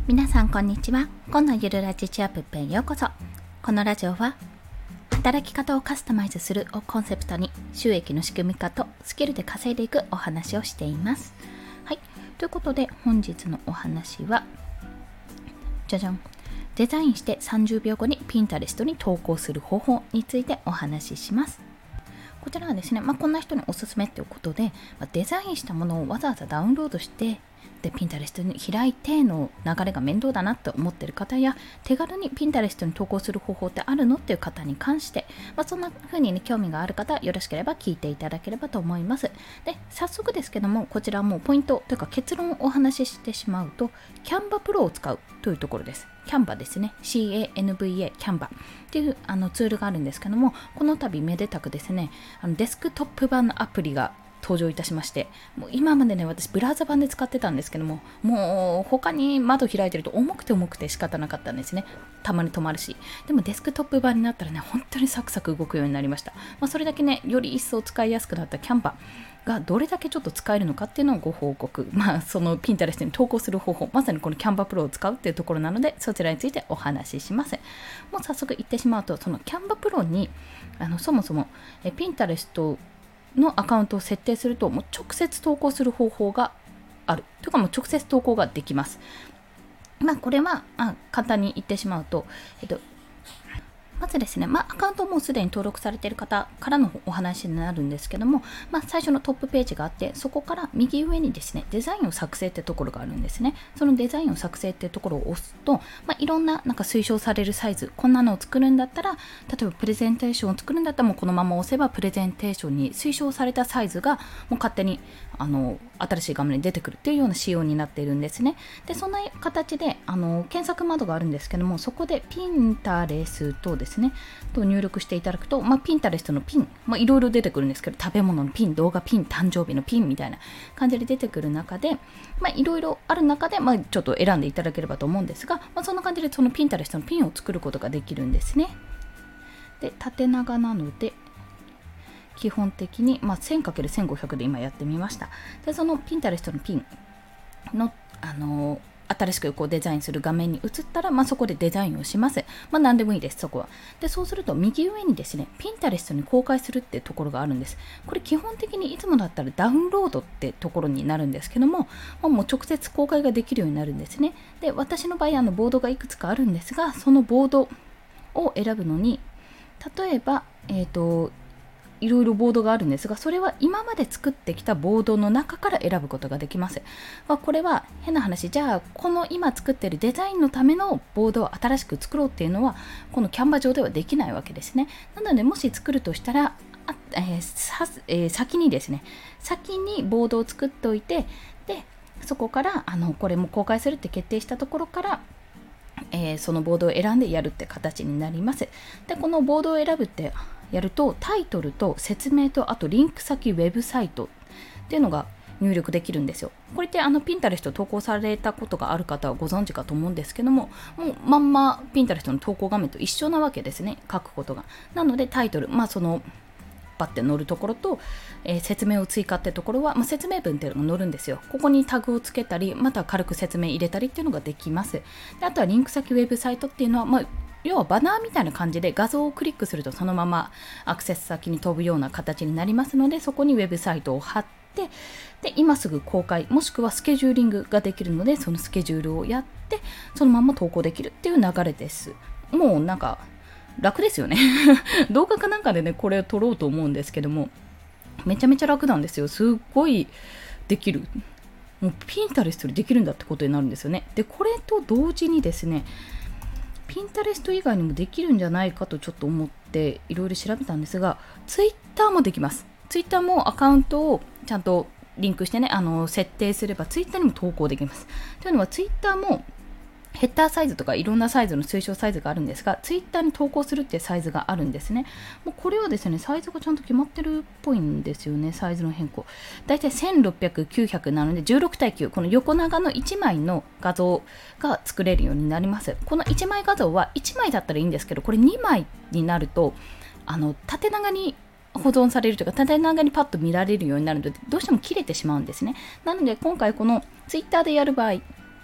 皆さんこんにちは。今のゆるラジチアップへようこそ。このラジオは働き方をカスタマイズするをコンセプトに収益の仕組み化とスキルで稼いでいくお話をしています。はい、ということで本日のお話はじゃじゃん、デザインして30秒後に Pinterest に投稿する方法についてお話しします。こちらはですね、こんな人におすすめということで、デザインしたものをわざわざダウンロードしてで Pinterest に開いての流れが面倒だなって思っている方や、手軽に Pinterest に投稿する方法ってあるのっていう方に関して、そんな風に、興味がある方、よろしければ聞いていただければと思います。で、早速ですけども、こちらもポイントというか結論をお話ししてしまうと、Canva Pro を使うというところです。Canva ですね。CANVA Canva っていうツールがあるんですけども、この度めでたくですね、デスクトップ版のアプリが登場いたしまして、もう今までね、私ブラウザ版で使ってたんですけども、もう他に窓開いてると重くて仕方なかったんですね。たまに止まるし。でもデスクトップ版になったらね、本当にサクサク動くようになりました。それだけね、より一層使いやすくなった Canva がどれだけちょっと使えるのかっていうのをご報告。その Pinterest に投稿する方法、まさにこの Canva Pro を使うっていうところなので、そちらについてお話しします。もう早速言ってしまうと、その Canva Pro にそもそもPinterestのアカウントを設定すると、もう直接投稿する方法があるというか、もう直接投稿ができます。これは簡単に言ってしまうと、まずですね、アカウントもうすでに登録されている方からのお話になるんですけども、最初のトップページがあって、そこから右上にですね、デザインを作成ってところがあるんですね。そのデザインを作成ってところを押すと、いろんな推奨されるサイズ、こんなのを作るんだったら、例えばプレゼンテーションを作るんだったら、もうこのまま押せばプレゼンテーションに推奨されたサイズがもう勝手に新しい画面に出てくるっていうような仕様になっているんですね。で、そんな形で検索窓があるんですけども、そこで Pinterest ですねと入力していただくと、Pinterest のピン、いろいろ出てくるんですけど、食べ物のピン、動画ピン、誕生日のピンみたいな感じで出てくる中で、いろいろある中で、ちょっと選んでいただければと思うんですが、そんな感じでその Pinterest のピンを作ることができるんですね。で、縦長なので基本的に、1000×1500 で今やってみました。で、その Pinterest のピンの、新しくデザインする画面に移ったら、そこでデザインをします。何でもいいです、そこは。で、そうすると右上にですね、Pinterest に公開するってところがあるんです。これ基本的にいつもだったらダウンロードってところになるんですけども、もう直接公開ができるようになるんですね。で、私の場合ボードがいくつかあるんですが、そのボードを選ぶのに、例えば、いろいろボードがあるんですが、それは今まで作ってきたボードの中から選ぶことができます。これは変な話、じゃあこの今作っているデザインのためのボードを新しく作ろうっていうのはこのキャンバ上ではできないわけですね。なので、もし作るとしたら先にボードを作っておいて、でそこからこれも公開するって決定したところからそのボードを選んでやるって形になります。で、このボードを選ぶってやると、タイトルと説明と、あとリンク先ウェブサイトっていうのが入力できるんですよ。これってPinterest 投稿されたことがある方はご存知かと思うんですけども、もうまんま Pinterest の投稿画面と一緒なわけですね、書くことが。なのでタイトル、そのパッて載るところと、説明を追加ってところは、説明文っていうのが載るんですよ。ここにタグをつけたり、または軽く説明入れたりっていうのができます。で、あとはリンク先ウェブサイトっていうのは、要はバナーみたいな感じで画像をクリックするとそのままアクセス先に飛ぶような形になりますので、そこにウェブサイトを貼って、で、今すぐ公開もしくはスケジューリングができるので、そのスケジュールをやってそのまま投稿できるっていう流れです。もう楽ですよね動画かなんかでね、これを撮ろうと思うんですけども、めちゃめちゃ楽なんですよ。すっごいできる。もうPinterestでできるんだってことになるんですよね。で、これと同時にですね、Pinterest以外にもできるんじゃないかとちょっと思っていろいろ調べたんですが、Twitter もできます。Twitter もアカウントをちゃんとリンクしてね、設定すれば Twitter にも投稿できます。というのは Twitter もヘッダーサイズとかいろんなサイズの推奨サイズがあるんですが、ツイッターに投稿するっていうサイズがあるんですね。もうこれはですね、サイズがちゃんと決まってるっぽいんですよね。サイズの変更だいたい1600、900なので16対9、この横長の1枚の画像が作れるようになります。この1枚画像は1枚だったらいいんですけど、これ2枚になると縦長に保存されるというか、縦長にパッと見られるようになるので、どうしても切れてしまうんですね。なので今回このツイッターでやる場合、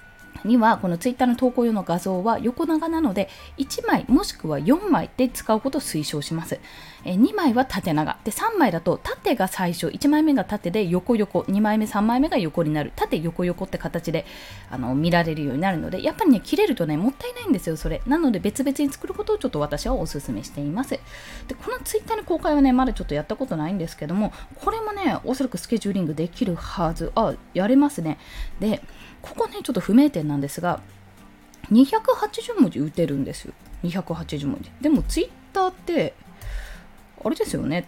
にはこのツイッターの投稿用の画像は横長なので1枚もしくは4枚で使うことを推奨します。2枚は縦長で、3枚だと縦が最初、1枚目が縦で横横、2枚目3枚目が横になる、縦横横って形で見られるようになるので、やっぱりね切れるとねもったいないんですよ。それなので別々に作ることをちょっと私はお勧めしています。でこのツイッターの公開はねまだちょっとやったことないんですけども、これもねおそらくスケジューリングできるはず。やれますね。でここねちょっと不明点なんですが、280文字打てるんですよ。280文字でもツイッターってあれですよねって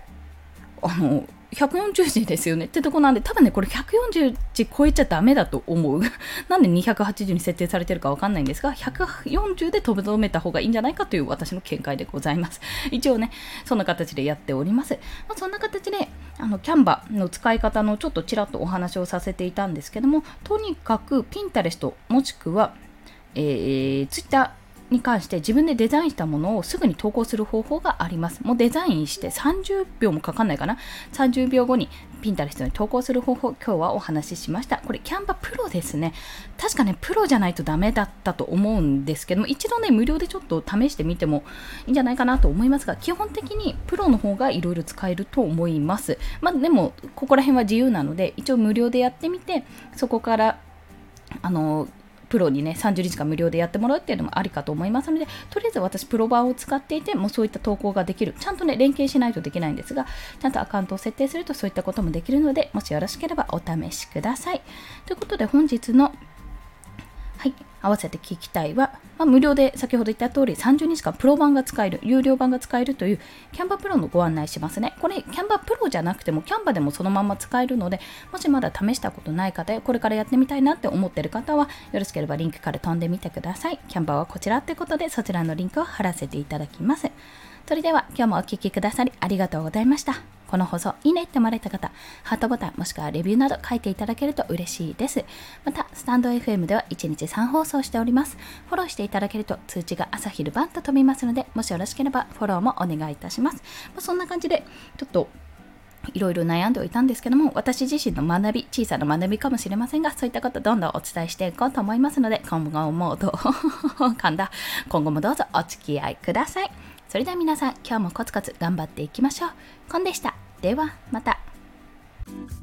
、140字ですよねってとこなんで、多分ねこれ140字超えちゃダメだと思うなんで280に設定されてるかわかんないんですが、140でとどめた方がいいんじゃないかという私の見解でございます。一応ねそんな形でやっております。そんな形でキャンバの使い方のちょっとちらっとお話をさせていたんですけども、とにかくピンタレストもしくは、ツイッターに関して自分でデザインしたものをすぐに投稿する方法があります。もうデザインして30秒もかかんないかな、30秒後にピンタレストに投稿する方法、今日はお話ししました。これキャンバプロですね。確かねプロじゃないとダメだったと思うんですけども、一度ね無料でちょっと試してみてもいいんじゃないかなと思いますが、基本的にプロの方がいろいろ使えると思います。でもここら辺は自由なので、一応無料でやってみて、そこからプロにね30日間無料でやってもらうっていうのもありかと思いますので、とりあえず私プロ版を使っていてもうそういった投稿ができる、ちゃんとね連携しないとできないんですが、ちゃんとアカウントを設定するとそういったこともできるので、もしよろしければお試しください。ということで本日の合わせて聞きたいは、無料で先ほど言った通り30日間プロ版が使える、有料版が使えるというキャンバプロのご案内しますね。これキャンバプロじゃなくてもキャンバでもそのまま使えるので、もしまだ試したことない方やこれからやってみたいなって思っている方はよろしければリンクから飛んでみてください。キャンバはこちらということで、そちらのリンクを貼らせていただきます。それでは今日もお聞きくださりありがとうございました。この放送いいねって思われた方、ハートボタンもしくはレビューなど書いていただけると嬉しいです。またスタンド FM では1日3放送しております。フォローしていただけると通知が朝昼晩と飛びますので、もしよろしければフォローもお願いいたします。そんな感じでちょっといろいろ悩んでおいたんですけども、私自身の学び、小さな学びかもしれませんが、そういったことどんどんお伝えしていこうと思いますので、今後もどうぞお付き合いください。それでは皆さん、今日もコツコツ頑張っていきましょう。コンでした。ではまた。